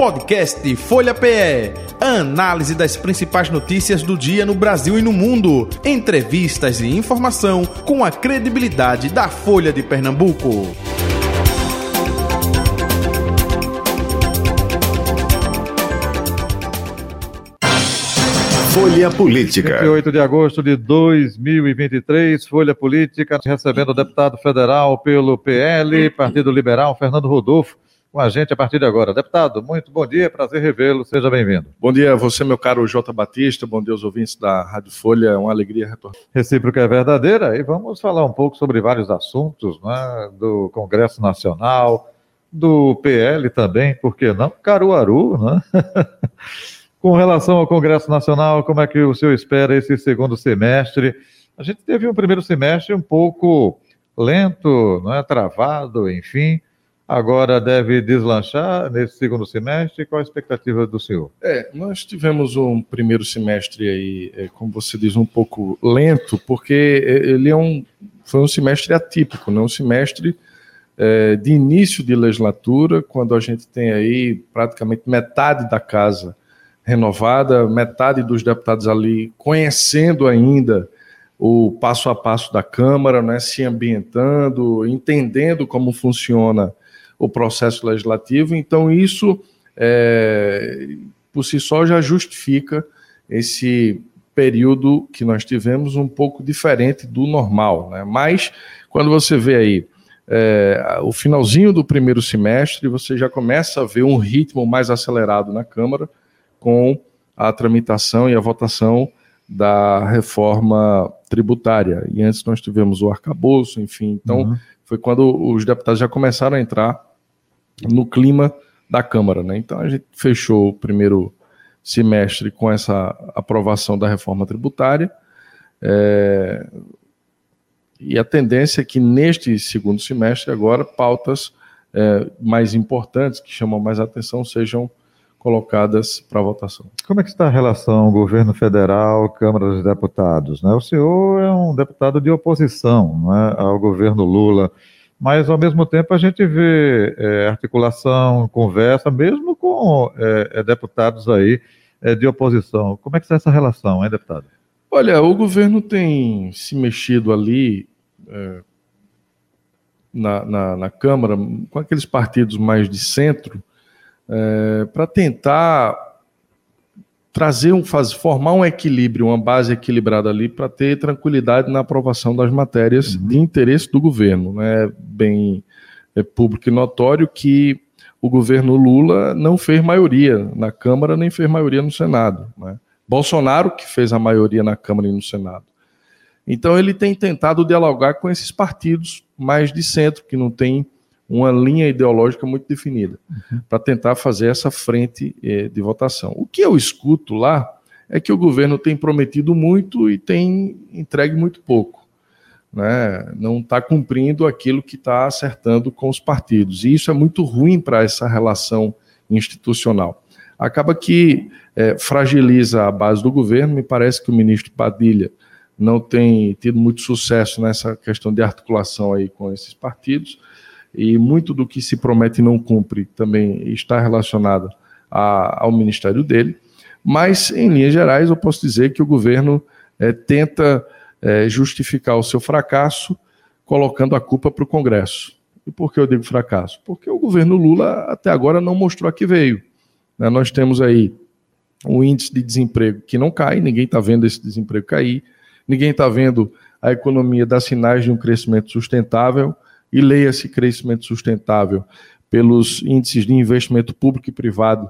Podcast Folha PE. A análise das principais notícias do dia no Brasil e no mundo. Entrevistas e informação com a credibilidade da Folha de Pernambuco. Folha Política. 28 de agosto de 2023, Folha Política, recebendo o deputado federal pelo PL, Partido Liberal, Fernando Rodolfo, com a gente a partir de agora. Deputado, muito bom dia, prazer revê-lo, seja bem-vindo. Bom dia a você, meu caro J. Batista, bom dia aos ouvintes da Rádio Folha, é uma alegria retornar. Recíproca é verdadeira, e vamos falar um pouco sobre vários assuntos, né, do Congresso Nacional, do PL também, por que não? Caruaru, né? Com relação ao Congresso Nacional, como é que o senhor espera esse segundo semestre? A gente teve um primeiro semestre um pouco lento, não é? Travado, enfim. Agora deve deslanchar nesse segundo semestre. Qual a expectativa do senhor? Nós tivemos um primeiro semestre aí, como você diz, um pouco lento, porque ele foi um semestre atípico, não um semestre de início de legislatura, quando a gente tem aí praticamente metade da casa renovada, metade dos deputados ali conhecendo ainda o passo a passo da Câmara, né, se ambientando, entendendo como funciona o processo legislativo. Então isso, por si só, já justifica esse período que nós tivemos um pouco diferente do normal, né? Mas quando você vê aí o finalzinho do primeiro semestre, você já começa a ver um ritmo mais acelerado na Câmara, com a tramitação e a votação da reforma tributária. E antes nós tivemos o arcabouço, enfim. Então, foi quando os deputados já começaram a entrar no clima da Câmara, né? Então, a gente fechou o primeiro semestre com essa aprovação da reforma tributária. E a tendência é que neste segundo semestre, agora, pautas mais importantes, que chamam mais atenção, sejam colocadas para votação. Como é que está a relação governo federal, Câmara dos Deputados, né? O senhor é um deputado de oposição, né, ao governo Lula, mas ao mesmo tempo a gente vê articulação, conversa, mesmo com deputados aí de oposição. Como é que está essa relação, hein, deputado? Olha, o governo tem se mexido ali na Câmara com aqueles partidos mais de centro, para tentar formar um equilíbrio, uma base equilibrada ali, para ter tranquilidade na aprovação das matérias de interesse do governo. É bem público e notório que o governo Lula não fez maioria na Câmara, nem fez maioria no Senado, né? Bolsonaro que fez a maioria na Câmara e no Senado. Então ele tem tentado dialogar com esses partidos mais de centro, que não tem uma linha ideológica muito definida, para tentar fazer essa frente de votação. O que eu escuto lá é que o governo tem prometido muito e tem entregue muito pouco, né? Não está cumprindo aquilo que está acertando com os partidos, e isso é muito ruim para essa relação institucional. Acaba que fragiliza a base do governo. Me parece que o ministro Padilha não tem tido muito sucesso nessa questão de articulação aí com esses partidos, e muito do que se promete e não cumpre também está relacionado ao ministério dele. Mas, em linhas gerais, eu posso dizer que o governo tenta justificar o seu fracasso colocando a culpa para o Congresso. E por que eu digo fracasso? Porque o governo Lula até agora não mostrou a que veio, né? Nós temos aí um índice de desemprego que não cai, ninguém está vendo esse desemprego cair, ninguém está vendo a economia dar sinais de um crescimento sustentável. E leia-se crescimento sustentável pelos índices de investimento público e privado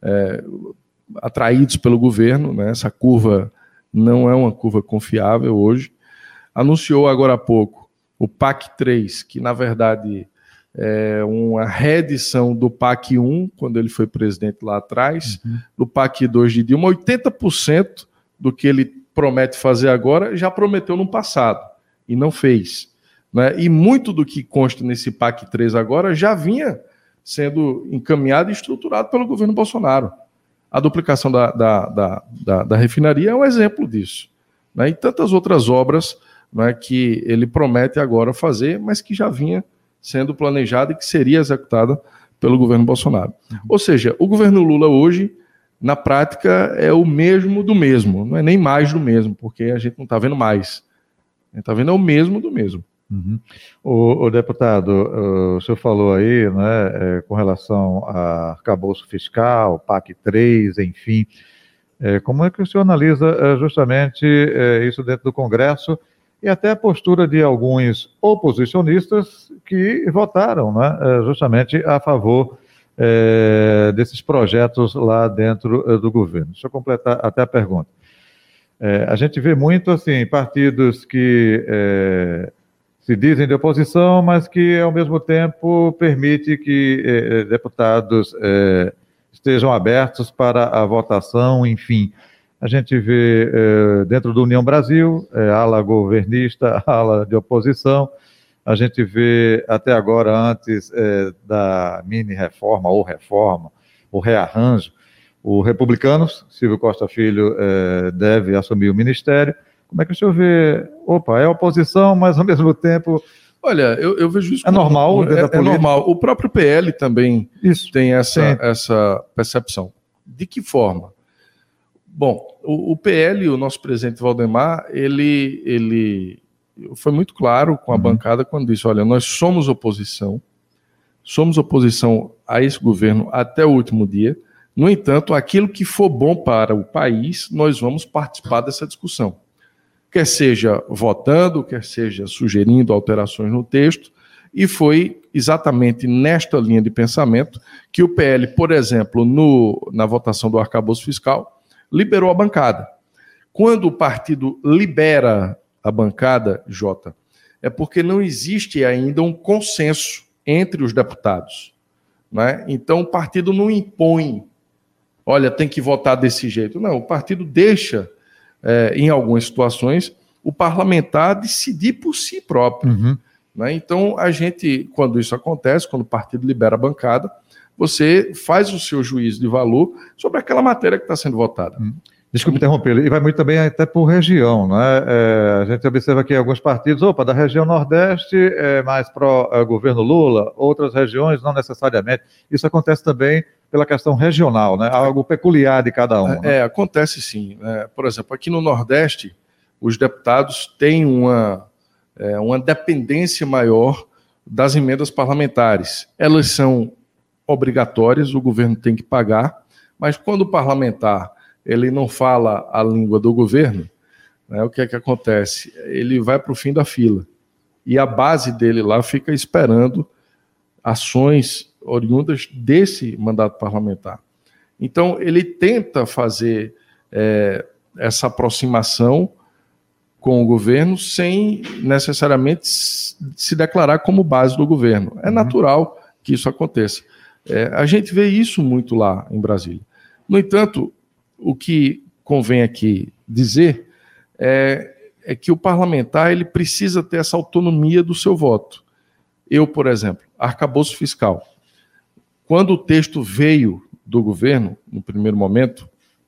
atraídos pelo governo, né? Essa curva não é uma curva confiável hoje. Anunciou agora há pouco o PAC 3, que na verdade é uma reedição do PAC 1, quando ele foi presidente lá atrás, do PAC 2 de Dilma. 80% do que ele promete fazer agora já prometeu no passado e não fez, né? E muito do que consta nesse PAC 3 agora já vinha sendo encaminhado e estruturado pelo governo Bolsonaro. A duplicação da refinaria é um exemplo disso, né? E tantas outras obras, né, que ele promete agora fazer, mas que já vinha sendo planejada e que seria executada pelo governo Bolsonaro. Ou seja, o governo Lula hoje, na prática, é o mesmo do mesmo, não é nem mais do mesmo, porque a gente não está vendo mais. A gente está vendo é o mesmo do mesmo. Uhum. O deputado, o senhor falou aí, né, com relação a arcabouço fiscal, PAC 3, enfim, como é que o senhor analisa justamente isso dentro do Congresso e até a postura de alguns oposicionistas que votaram, né, justamente a favor desses projetos lá dentro do governo? Deixa eu completar até a pergunta. A gente vê muito assim, partidos que se dizem de oposição, mas que, ao mesmo tempo, permite que deputados estejam abertos para a votação, enfim. A gente vê dentro do União Brasil, ala governista, ala de oposição. A gente vê até agora, antes da mini-reforma, ou rearranjo, o Republicanos, Silvio Costa Filho deve assumir o ministério. Como é que o senhor vê? Opa, é oposição, mas ao mesmo tempo... Olha, eu vejo isso... É normal? É normal. O próprio PL também tem essa percepção. De que forma? Bom, o PL, o nosso presidente Valdemar, ele foi muito claro com a bancada quando disse, olha, nós somos oposição a esse governo até o último dia. No entanto, aquilo que for bom para o país, nós vamos participar dessa discussão. Quer seja votando, quer seja sugerindo alterações no texto, e foi exatamente nesta linha de pensamento que o PL, por exemplo, na votação do arcabouço fiscal, liberou a bancada. Quando o partido libera a bancada, Jota, é porque não existe ainda um consenso entre os deputados, né? Então o partido não impõe, olha, tem que votar desse jeito. Não, o partido deixa... em algumas situações, o parlamentar decidir por si próprio. Né? Então, a gente, quando isso acontece, quando o partido libera a bancada, você faz o seu juízo de valor sobre aquela matéria que está sendo votada. Desculpe interromper, e vai muito também até por região, né? A gente observa que alguns partidos, da região Nordeste é mais pró-governo Lula, outras regiões não necessariamente. Isso acontece também pela questão regional, né? Algo peculiar de cada um. Né? Acontece sim. Por exemplo, aqui no Nordeste, os deputados têm uma dependência maior das emendas parlamentares. Elas são obrigatórias, o governo tem que pagar, mas quando o parlamentar ele não fala a língua do governo, né, o que é que acontece? Ele vai para o fim da fila. E a base dele lá fica esperando ações oriundas desse mandato parlamentar. Então, ele tenta fazer essa aproximação com o governo sem necessariamente se declarar como base do governo. É natural que isso aconteça. A gente vê isso muito lá em Brasília. No entanto, o que convém aqui dizer é que o parlamentar ele precisa ter essa autonomia do seu voto. Eu, por exemplo, arcabouço fiscal. Quando o texto veio do governo, no primeiro momento,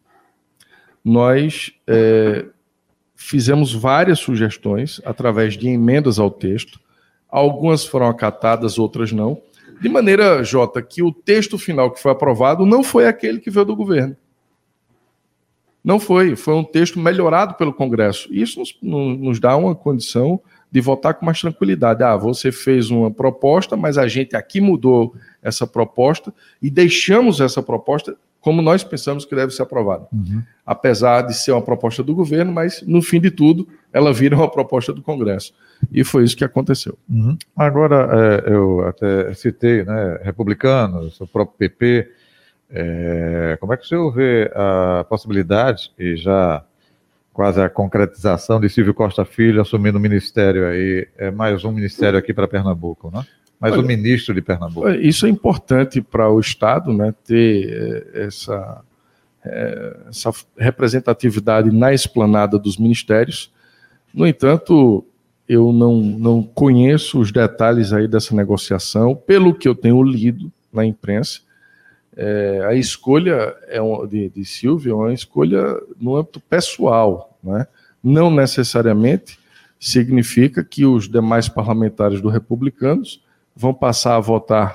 nós fizemos várias sugestões através de emendas ao texto. Algumas foram acatadas, outras não. De maneira, Jota, que o texto final que foi aprovado não foi aquele que veio do governo. Não foi um texto melhorado pelo Congresso. Isso nos dá uma condição de votar com mais tranquilidade. Você fez uma proposta, mas a gente aqui mudou essa proposta e deixamos essa proposta como nós pensamos que deve ser aprovada. Apesar de ser uma proposta do governo, mas no fim de tudo, ela vira uma proposta do Congresso. E foi isso que aconteceu. Agora, eu até citei, né, republicanos, o próprio PP. Como é que o senhor vê a possibilidade, e já quase a concretização de Silvio Costa Filho assumindo o ministério aí, mais um ministério aqui para Pernambuco, né? Mais um ministro de Pernambuco. Isso é importante para o Estado, né, ter essa representatividade na esplanada dos ministérios. No entanto, eu não conheço os detalhes aí dessa negociação. Pelo que eu tenho lido na imprensa, a escolha de Silvio é uma escolha no âmbito pessoal, né? Não necessariamente significa que os demais parlamentares do Republicanos vão passar a votar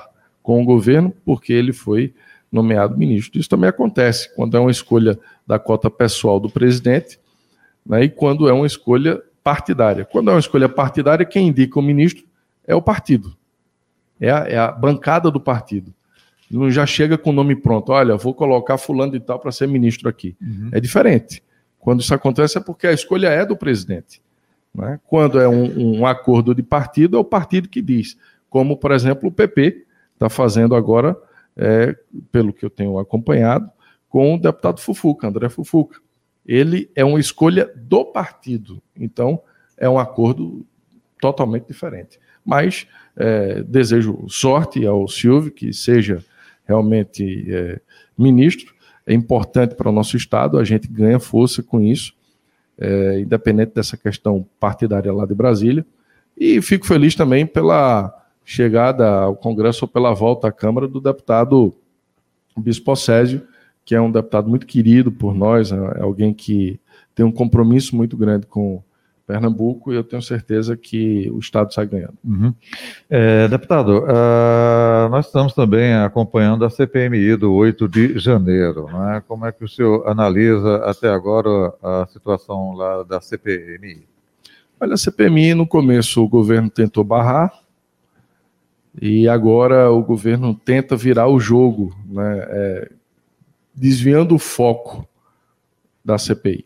com o governo, porque ele foi nomeado ministro. Isso também acontece quando é uma escolha da cota pessoal do presidente, né, e quando é uma escolha partidária. Quando é uma escolha partidária, quem indica o ministro é o partido, é a bancada do partido. Não já chega com o nome pronto, olha, vou colocar fulano de tal para ser ministro aqui. É diferente. Quando isso acontece é porque a escolha é do presidente. Né? Quando é um acordo de partido, é o partido que diz. Como, por exemplo, o PP está fazendo agora, pelo que eu tenho acompanhado, com o deputado Fufuca, André Fufuca. Ele é uma escolha do partido. Então, é um acordo totalmente diferente. Mas desejo sorte ao Silvio, que seja realmente ministro. É importante para o nosso Estado, a gente ganha força com isso, independente dessa questão partidária lá de Brasília. E fico feliz também pela chegada ao Congresso ou pela volta à Câmara do deputado Bispo Césio, que é um deputado muito querido por nós, é alguém que tem um compromisso muito grande com Pernambuco, e eu tenho certeza que o Estado sai ganhando. Deputado, nós estamos também acompanhando a CPMI do 8 de janeiro. Né? Como é que o senhor analisa até agora a situação lá da CPMI? Olha, a CPMI, no começo, o governo tentou barrar, e agora o governo tenta virar o jogo, né? Desviando o foco da CPI.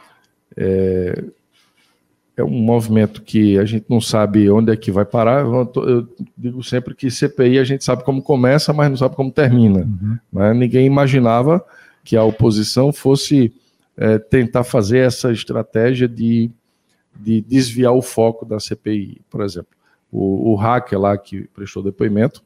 É um movimento que a gente não sabe onde é que vai parar. Eu digo sempre que CPI a gente sabe como começa, mas não sabe como termina. Né? Ninguém imaginava que a oposição fosse tentar fazer essa estratégia de desviar o foco da CPI, por exemplo. O hacker lá que prestou depoimento,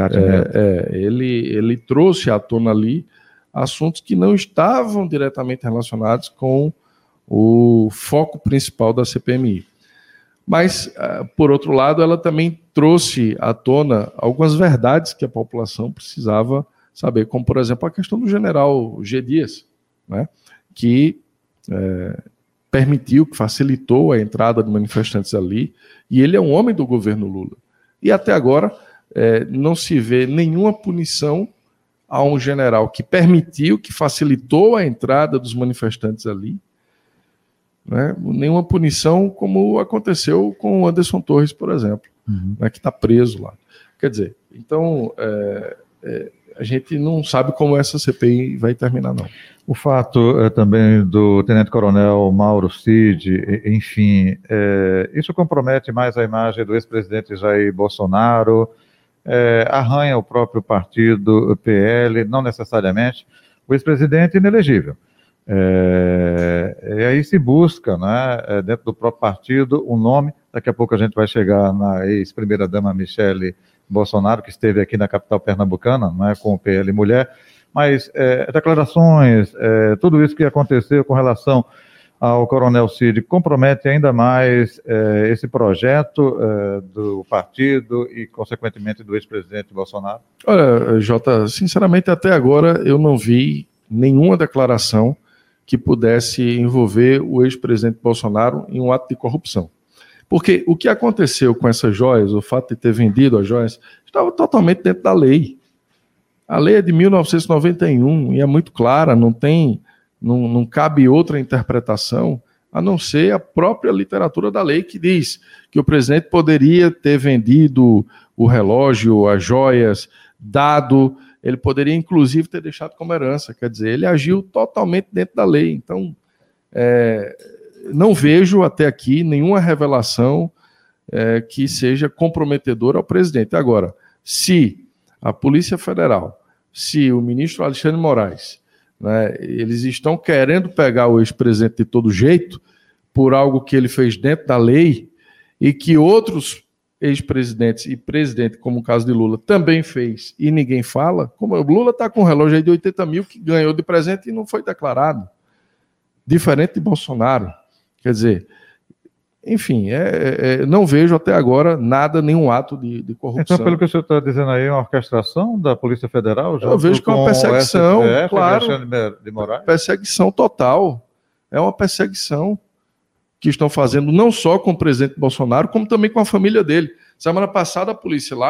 ele trouxe à tona ali assuntos que não estavam diretamente relacionados com o foco principal da CPMI. Mas, por outro lado, ela também trouxe à tona algumas verdades que a população precisava saber, como, por exemplo, a questão do general G. Dias, né, que permitiu, que facilitou a entrada de manifestantes ali, e ele é um homem do governo Lula. E até agora não se vê nenhuma punição a um general que permitiu, que facilitou a entrada dos manifestantes ali, né? Nenhuma punição como aconteceu com o Anderson Torres, por exemplo, né, que está preso lá. Quer dizer, então a gente não sabe como essa CPI vai terminar, não. O fato também do tenente-coronel Mauro Cid, enfim, isso compromete mais a imagem do ex-presidente Jair Bolsonaro, arranha o próprio partido PL, não necessariamente, o ex-presidente inelegível. E aí se busca, né, dentro do próprio partido, um nome. Daqui a pouco a gente vai chegar na ex-primeira-dama Michele Bolsonaro, que esteve aqui na capital pernambucana, né, com o PL Mulher. Mas declarações, tudo isso que aconteceu com relação ao coronel Cid compromete ainda mais esse projeto do partido e, consequentemente, do ex-presidente Bolsonaro? Olha, Jota, sinceramente, até agora eu não vi nenhuma declaração que pudesse envolver o ex-presidente Bolsonaro em um ato de corrupção. Porque o que aconteceu com essas joias, o fato de ter vendido as joias, estava totalmente dentro da lei. A lei é de 1991 e é muito clara, não cabe outra interpretação a não ser a própria literatura da lei, que diz que o presidente poderia ter vendido o relógio, as joias, ele poderia inclusive ter deixado como herança, quer dizer, ele agiu totalmente dentro da lei. Então, não vejo até aqui nenhuma revelação que seja comprometedora ao presidente. Agora, se a Polícia Federal, se o ministro Alexandre Moraes, né, eles estão querendo pegar o ex-presidente de todo jeito por algo que ele fez dentro da lei e que outros ex-presidentes e presidente, como o caso de Lula, também fez e ninguém fala, como o Lula está com um relógio aí de 80 mil que ganhou de presente e não foi declarado, diferente de Bolsonaro. Quer dizer, enfim, não vejo até agora nenhum ato de corrupção. Então, pelo que o senhor está dizendo aí, uma orquestração da Polícia Federal? Eu vejo que é uma perseguição, claro, de Moraes? Perseguição total. É uma perseguição que estão fazendo não só com o presidente Bolsonaro, como também com a família dele. Semana passada a polícia lá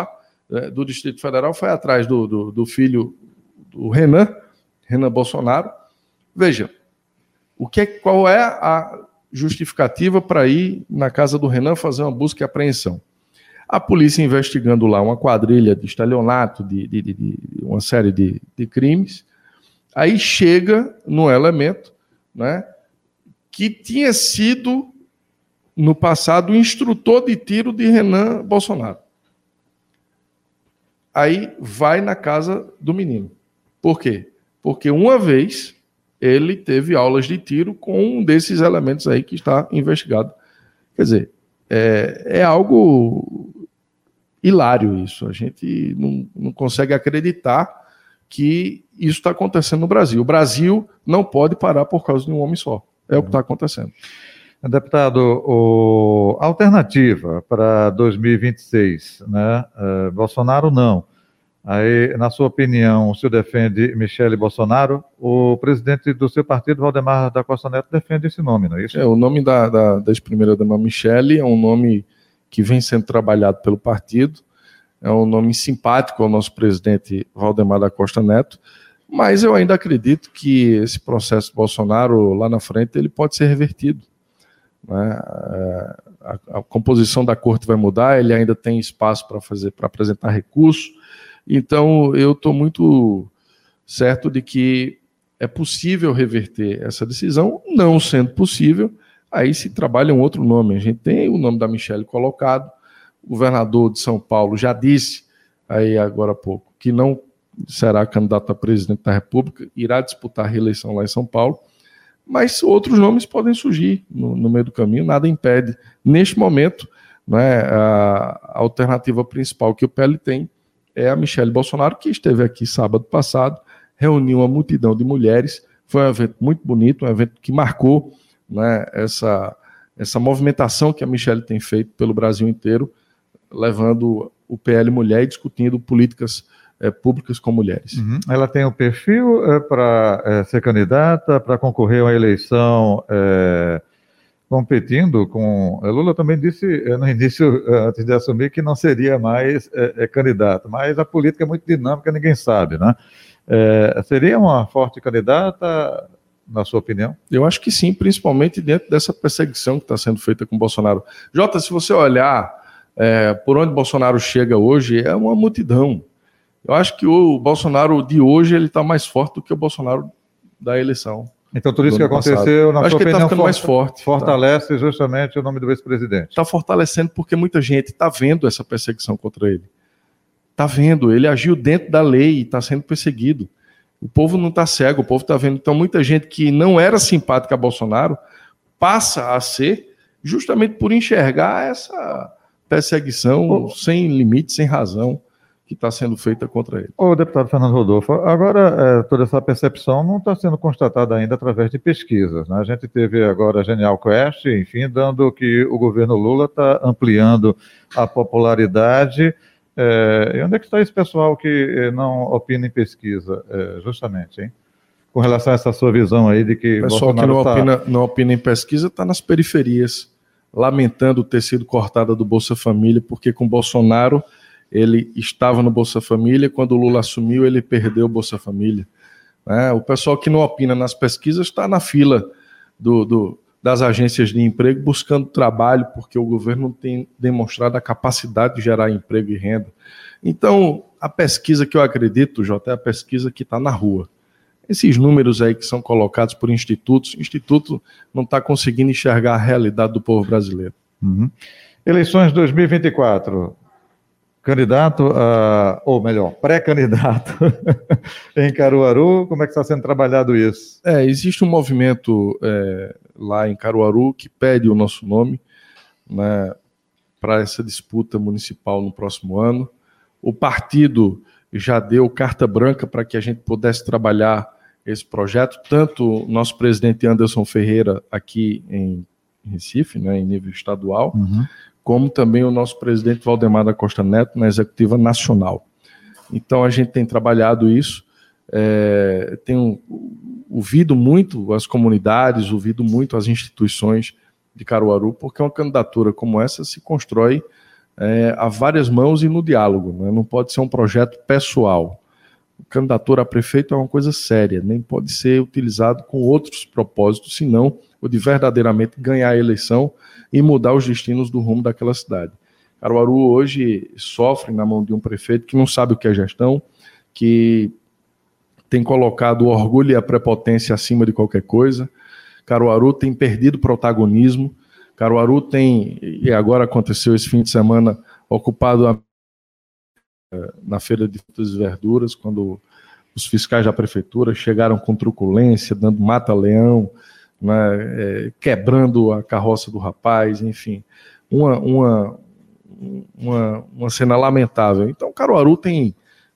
do Distrito Federal foi atrás do filho do Renan Bolsonaro. Veja, qual é a justificativa para ir na casa do Renan fazer uma busca e apreensão? A polícia investigando lá uma quadrilha de estelionato, de uma série de crimes, aí chega no elemento, né, que tinha sido, no passado, o instrutor de tiro de Renan Bolsonaro. Aí vai na casa do menino. Por quê? Porque uma vez ele teve aulas de tiro com um desses elementos aí que está investigado. Quer dizer, é algo hilário isso. A gente não consegue acreditar que isso está acontecendo no Brasil. O Brasil não pode parar por causa de um homem só. É o que está acontecendo. Deputado, a alternativa para 2026, né? Bolsonaro não. Aí, na sua opinião, o senhor defende Michele Bolsonaro? O presidente do seu partido, Valdemar da Costa Neto, defende esse nome, não é isso? O nome da ex-primeira-dama Michele é um nome que vem sendo trabalhado pelo partido, é um nome simpático ao nosso presidente Valdemar da Costa Neto, mas eu ainda acredito que esse processo Bolsonaro, lá na frente, ele pode ser revertido. Né? A composição da corte vai mudar, ele ainda tem espaço para apresentar recurso, então eu estou muito certo de que é possível reverter essa decisão. Não sendo possível, aí se trabalha um outro nome. A gente tem o nome da Michele colocado, o governador de São Paulo já disse, aí agora há pouco, que não será candidato a presidente da República, irá disputar a reeleição lá em São Paulo, mas outros nomes podem surgir no meio do caminho, nada impede. Neste momento, né, a alternativa principal que o PL tem é a Michele Bolsonaro, que esteve aqui sábado passado, reuniu uma multidão de mulheres, foi um evento muito bonito, um evento que marcou, né, essa movimentação que a Michele tem feito pelo Brasil inteiro, levando o PL Mulher e discutindo políticas públicas com mulheres. Uhum. Ela tem o perfil para ser candidata, para concorrer a uma eleição competindo com... Lula também disse no início, antes de assumir, que não seria mais candidato, mas a política é muito dinâmica, ninguém sabe, né? Seria uma forte candidata, na sua opinião? Eu acho que sim, principalmente dentro dessa perseguição que está sendo feita com Bolsonaro. Jota, se você olhar por onde Bolsonaro chega hoje, é uma multidão. Eu acho que o Bolsonaro de hoje ele está mais forte do que o Bolsonaro da eleição. Então, tudo isso que aconteceu, na sua opinião, está ficando mais forte. Fortalece justamente o nome do ex-presidente. Está fortalecendo porque muita gente está vendo essa perseguição contra ele. Está vendo, ele agiu dentro da lei e está sendo perseguido. O povo não está cego, o povo está vendo. Então, muita gente que não era simpática a Bolsonaro passa a ser justamente por enxergar essa perseguição sem limite, sem razão, que está sendo feita contra ele. Ô, deputado Fernando Rodolfo, agora toda essa percepção não está sendo constatada ainda através de pesquisas, né? A gente teve agora a Genial Quest, enfim, dando que o governo Lula está ampliando a popularidade. E onde é que está esse pessoal que não opina em pesquisa, justamente, hein? Com relação a essa sua visão aí de que... O pessoal Bolsonaro que não opina em pesquisa está nas periferias, lamentando ter sido cortada do Bolsa Família, porque com Bolsonaro ele estava no Bolsa Família, quando o Lula assumiu ele perdeu o Bolsa Família. O pessoal que não opina nas pesquisas está na fila das agências de emprego buscando trabalho, porque o governo não tem demonstrado a capacidade de gerar emprego e renda. Então, a pesquisa que eu acredito, Jota, é a pesquisa que está na rua. Esses números aí que são colocados por institutos, o instituto não está conseguindo enxergar a realidade do povo brasileiro. Uhum. Eleições 2024, candidato, ou melhor, pré-candidato em Caruaru, como é que está sendo trabalhado isso? Existe um movimento lá em Caruaru que pede o nosso nome, né, para essa disputa municipal no próximo ano. O partido já deu carta branca para que a gente pudesse trabalhar esse projeto, tanto o nosso presidente Anderson Ferreira aqui em Recife, né, em nível estadual, como também o nosso presidente Valdemar da Costa Neto na Executiva Nacional. Então a gente tem trabalhado isso, tenho ouvido muito as comunidades, ouvido muito as instituições de Caruaru, porque uma candidatura como essa se constrói a várias mãos e no diálogo, né? Não pode ser um projeto pessoal. Candidatura a prefeito é uma coisa séria, nem pode ser utilizado com outros propósitos, senão o de verdadeiramente ganhar a eleição e mudar os destinos do rumo daquela cidade. Caruaru hoje sofre na mão de um prefeito que não sabe o que é gestão, que tem colocado o orgulho e a prepotência acima de qualquer coisa. Caruaru tem perdido protagonismo. Caruaru tem, e agora aconteceu esse fim de semana, ocupado na feira de frutas e verduras, quando os fiscais da prefeitura chegaram com truculência, dando mata-leão, né, quebrando a carroça do rapaz, enfim, uma cena lamentável. Então, Caruaru tem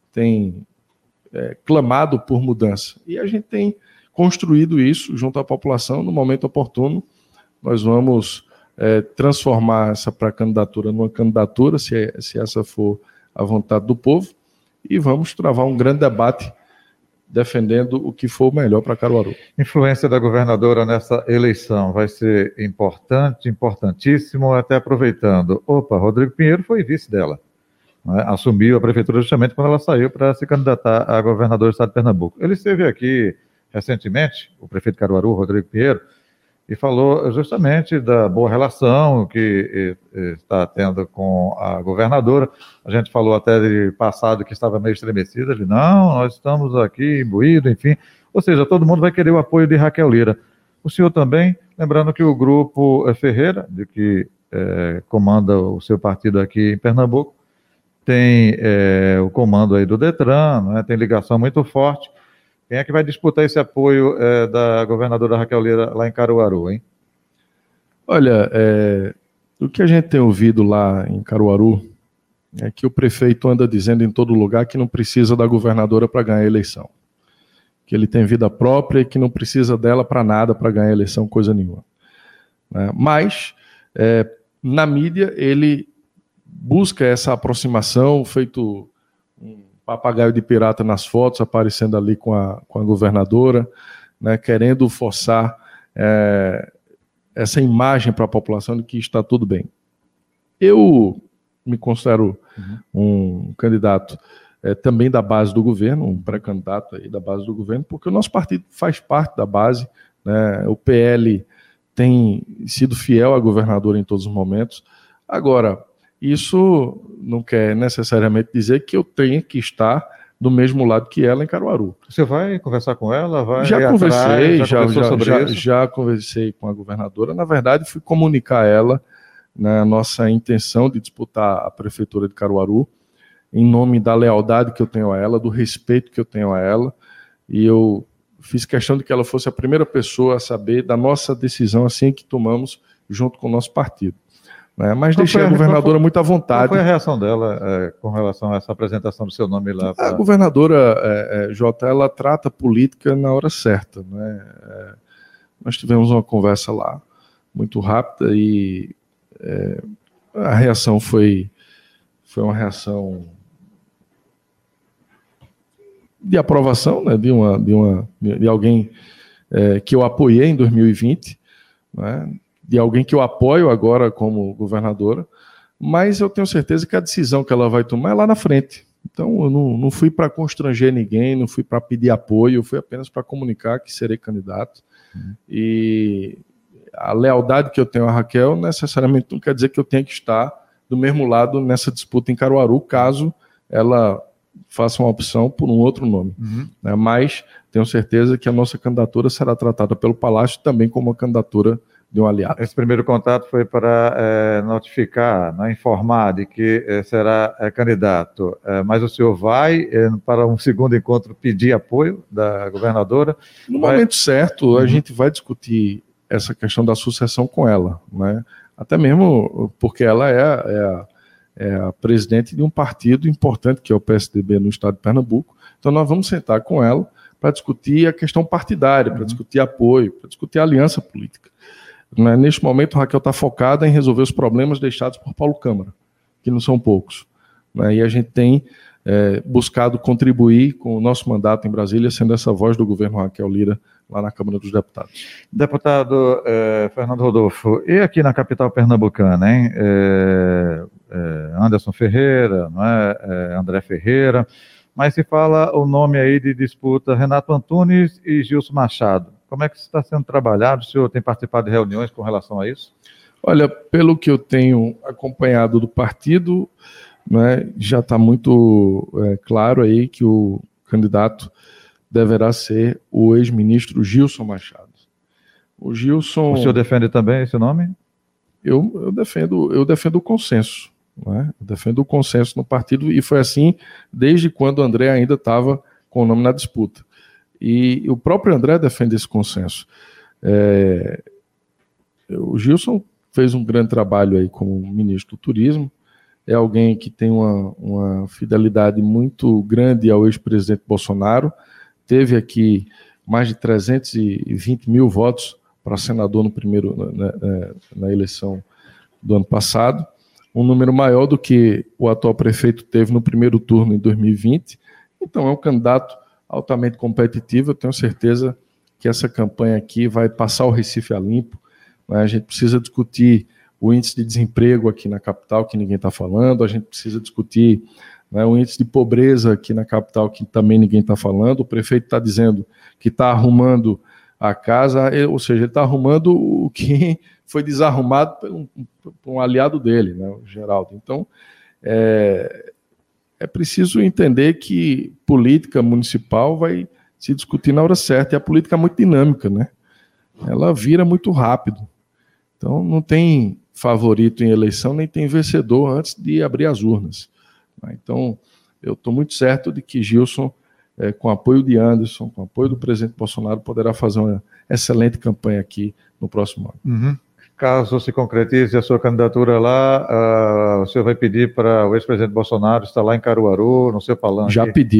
clamado por mudança, e a gente tem construído isso junto à população. No momento oportuno, nós vamos transformar essa pré-candidatura numa candidatura, se essa for a vontade do povo, e vamos travar um grande debate defendendo o que for melhor para Caruaru. Influência da governadora nessa eleição vai ser importante, importantíssimo, até aproveitando. Rodrigo Pinheiro foi vice dela, né? Assumiu a prefeitura justamente quando ela saiu para se candidatar a governador do estado de Pernambuco. Ele esteve aqui recentemente, o prefeito de Caruaru, Rodrigo Pinheiro, e falou justamente da boa relação que está tendo com a governadora. A gente falou até de passado que estava meio estremecido. Ele, não, nós estamos aqui imbuídos, enfim. Ou seja, todo mundo vai querer o apoio de Raquel Lira. O senhor também, lembrando que o grupo Ferreira, de que comanda o seu partido aqui em Pernambuco, tem o comando aí do Detran, né, tem ligação muito forte. Quem é que vai disputar esse apoio da governadora Raquel Lira lá em Caruaru, hein? Olha, o que a gente tem ouvido lá em Caruaru é que o prefeito anda dizendo em todo lugar que não precisa da governadora para ganhar a eleição. Que ele tem vida própria e que não precisa dela para nada, para ganhar a eleição, coisa nenhuma. Mas, na mídia, ele busca essa aproximação, feito papagaio de pirata nas fotos, aparecendo ali com a governadora, né, querendo forçar essa imagem para a população de que está tudo bem. Eu me considero um candidato também da base do governo, um pré-candidato aí da base do governo, porque o nosso partido faz parte da base, né, o PL tem sido fiel à governadora em todos os momentos. Agora, isso não quer necessariamente dizer que eu tenha que estar do mesmo lado que ela em Caruaru. Você vai conversar com ela? Já conversei, já conversei com a governadora. Na verdade, fui comunicar a ela, né, a nossa intenção de disputar a prefeitura de Caruaru, em nome da lealdade que eu tenho a ela, do respeito que eu tenho a ela, e eu fiz questão de que ela fosse a primeira pessoa a saber da nossa decisão assim que tomamos junto com o nosso partido. Mas deixei a governadora muito à vontade. Qual foi a reação dela com relação a essa apresentação do seu nome lá? A governadora, Jota, ela trata a política na hora certa, né? Nós tivemos uma conversa lá muito rápida e a reação foi uma reação de aprovação, né? de alguém que eu apoiei em 2020, né? De alguém que eu apoio agora como governadora, mas eu tenho certeza que a decisão que ela vai tomar é lá na frente. Então, eu não fui para constranger ninguém, não fui para pedir apoio, eu fui apenas para comunicar que serei candidato. E a lealdade que eu tenho a Raquel necessariamente não quer dizer que eu tenha que estar do mesmo lado nessa disputa em Caruaru, caso ela faça uma opção por um outro nome. Né? Mas tenho certeza que a nossa candidatura será tratada pelo Palácio também como uma candidatura de um aliado. Esse primeiro contato foi para notificar, informar de que será candidato, mas o senhor vai para um segundo encontro pedir apoio da governadora? No momento certo, a gente vai discutir essa questão da sucessão com ela, né? Até mesmo porque ela é a presidente de um partido importante, que é o PSDB no estado de Pernambuco. Então nós vamos sentar com ela para discutir a questão partidária, para discutir apoio, para discutir aliança política. Neste momento, a Raquel está focada em resolver os problemas deixados por Paulo Câmara, que não são poucos. E a gente tem buscado contribuir com o nosso mandato em Brasília, sendo essa voz do governo Raquel Lira lá na Câmara dos Deputados. Deputado Fernando Rodolfo, e aqui na capital pernambucana, hein? Anderson Ferreira, não é? André Ferreira, mas se fala o nome aí de disputa Renato Antunes e Gilson Machado. Como é que isso está sendo trabalhado? O senhor tem participado de reuniões com relação a isso? Olha, pelo que eu tenho acompanhado do partido, né, já está muito claro aí que o candidato deverá ser o ex-ministro Gilson Machado. O Gilson... O senhor defende também esse nome? Eu defendo o consenso. Né? Eu defendo o consenso no partido, e foi assim desde quando o André ainda estava com o nome na disputa. E o próprio André defende esse consenso. O Gilson fez um grande trabalho aí como ministro do Turismo, é alguém que tem uma fidelidade muito grande ao ex-presidente Bolsonaro, teve aqui mais de 320 mil votos para senador na eleição do ano passado, um número maior do que o atual prefeito teve no primeiro turno em 2020, então é um candidato altamente competitivo. Eu tenho certeza que essa campanha aqui vai passar o Recife a limpo, né? A gente precisa discutir o índice de desemprego aqui na capital, que ninguém está falando, a gente precisa discutir, né, o índice de pobreza aqui na capital, que também ninguém está falando. O prefeito está dizendo que está arrumando a casa, ou seja, ele está arrumando o que foi desarrumado por um aliado dele, né, o Geraldo. Então, é preciso entender que política municipal vai se discutir na hora certa, e a política é muito dinâmica, né? Ela vira muito rápido. Então, não tem favorito em eleição, nem tem vencedor antes de abrir as urnas. Então, eu estou muito certo de que Gilson, com apoio de Anderson, com apoio do presidente Bolsonaro, poderá fazer uma excelente campanha aqui no próximo ano. Uhum. Caso se concretize a sua candidatura lá, o senhor vai pedir para o ex-presidente Bolsonaro estar lá em Caruaru, no seu palanque?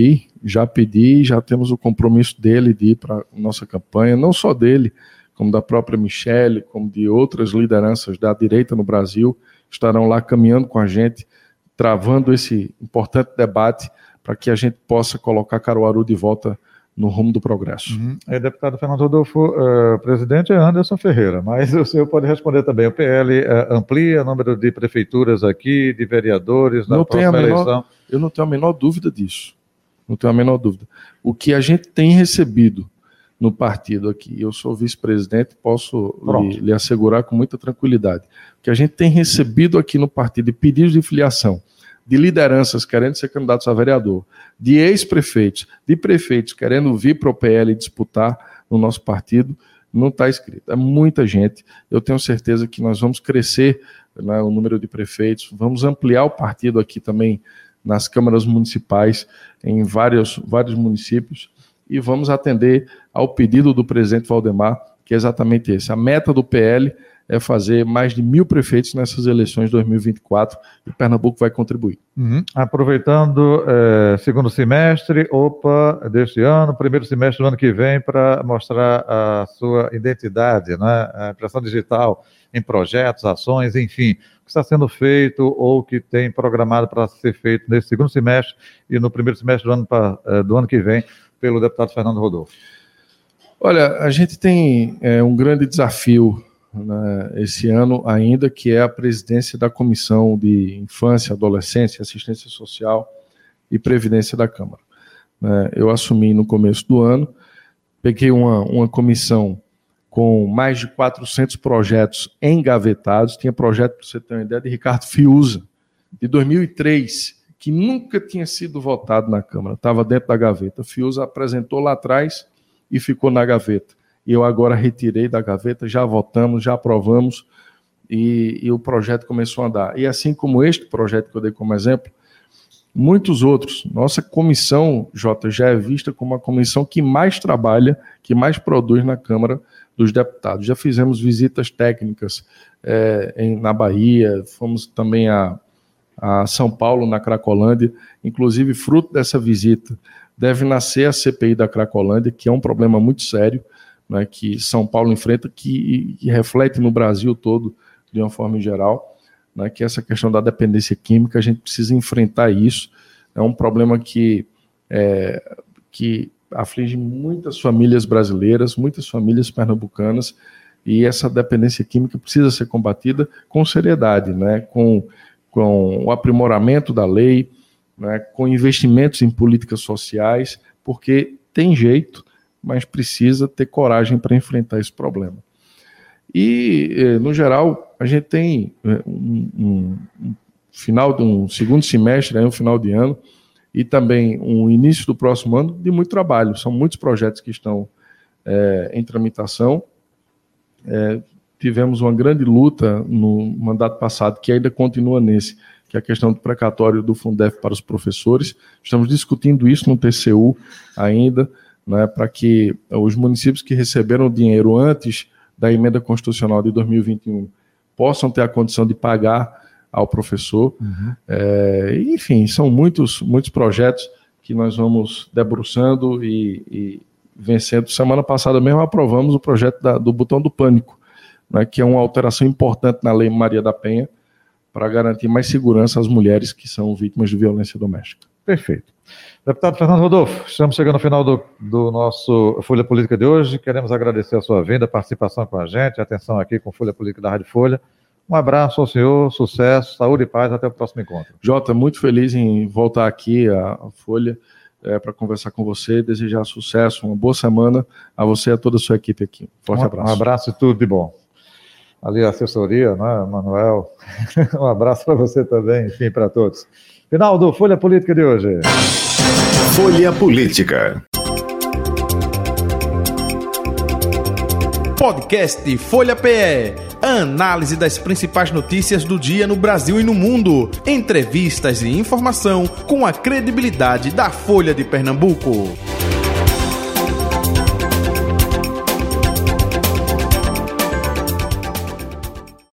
Já pedi, já temos o compromisso dele de ir para a nossa campanha, não só dele, como da própria Michele, como de outras lideranças da direita no Brasil, estarão lá caminhando com a gente, travando esse importante debate para que a gente possa colocar Caruaru de volta no rumo do progresso. Uhum. Deputado Fernando Rodolfo, o presidente é Anderson Ferreira, mas o senhor pode responder também. O PL amplia o número de prefeituras aqui, de vereadores na próxima eleição? Eu não tenho a menor dúvida disso. Não tenho a menor dúvida. O que a gente tem recebido no partido aqui, eu sou vice-presidente, posso lhe assegurar com muita tranquilidade, o que a gente tem recebido aqui no partido de pedidos de filiação, de lideranças querendo ser candidatos a vereador, de ex-prefeitos, de prefeitos querendo vir para o PL disputar no nosso partido, não está escrito. É muita gente. Eu tenho certeza que nós vamos crescer, né, o número de prefeitos, vamos ampliar o partido aqui também nas câmaras municipais, em vários municípios, e vamos atender ao pedido do presidente Valdemar, que é exatamente esse. A meta do PL é fazer mais de 1.000 prefeitos nessas eleições de 2024, e Pernambuco vai contribuir. Uhum. Aproveitando segundo semestre, deste ano, primeiro semestre do ano que vem, para mostrar a sua identidade, né? A impressão digital em projetos, ações, enfim, o que está sendo feito ou que tem programado para ser feito nesse segundo semestre e no primeiro semestre do ano que vem, pelo deputado Fernando Rodolfo. Olha, a gente tem um grande desafio, né, esse ano ainda, que é a presidência da Comissão de Infância, Adolescência, Assistência Social e Previdência da Câmara. Eu assumi no começo do ano, peguei uma comissão com mais de 400 projetos engavetados. Tinha projeto, para você ter uma ideia, de Ricardo Fiuza, de 2003, que nunca tinha sido votado na Câmara, estava dentro da gaveta. Fiuza apresentou lá atrás e ficou na gaveta. E eu agora retirei da gaveta, já votamos, já aprovamos, e o projeto começou a andar. E assim como este projeto que eu dei como exemplo, muitos outros. Nossa comissão, Jota, já é vista como a comissão que mais trabalha, que mais produz na Câmara dos Deputados. Já fizemos visitas técnicas na Bahia, fomos também a São Paulo, na Cracolândia. Inclusive, fruto dessa visita, deve nascer a CPI da Cracolândia, que é um problema muito sério, né, que São Paulo enfrenta, que reflete no Brasil todo, de uma forma geral, né, que essa questão da dependência química, a gente precisa enfrentar isso. É um problema que aflige muitas famílias brasileiras, muitas famílias pernambucanas, e essa dependência química precisa ser combatida com seriedade, né, com com o aprimoramento da lei, né, com investimentos em políticas sociais, porque tem jeito, mas precisa ter coragem para enfrentar esse problema. E, no geral, a gente tem um segundo semestre, um final de ano, e também um início do próximo ano de muito trabalho. São muitos projetos que estão em tramitação. Tivemos uma grande luta no mandato passado, que ainda continua nesse, que é a questão do precatório do Fundef para os professores. Estamos discutindo isso no TCU ainda, né, para que os municípios que receberam dinheiro antes da emenda constitucional de 2021 possam ter a condição de pagar ao professor. Enfim, são muitos projetos que nós vamos debruçando e vencendo. Semana passada mesmo aprovamos o projeto do Botão do Pânico, né, que é uma alteração importante na Lei Maria da Penha para garantir mais segurança às mulheres que são vítimas de violência doméstica. Perfeito. Deputado Fernando Rodolfo, estamos chegando ao final do nosso Folha Política de hoje. Queremos agradecer a sua vinda, a participação com a gente, a atenção aqui com Folha Política da Rádio Folha. Um abraço ao senhor, sucesso, saúde e paz, até o próximo encontro. Jota, muito feliz em voltar aqui à Folha para conversar com você, desejar sucesso, uma boa semana a você e a toda a sua equipe aqui. Forte abraço. Um abraço e tudo de bom. Ali a assessoria, né, Manuel? Um abraço para você também, enfim, para todos. Final do Folha Política de hoje. Folha Política. Podcast Folha PE. Análise das principais notícias do dia no Brasil e no mundo. Entrevistas e informação com a credibilidade da Folha de Pernambuco.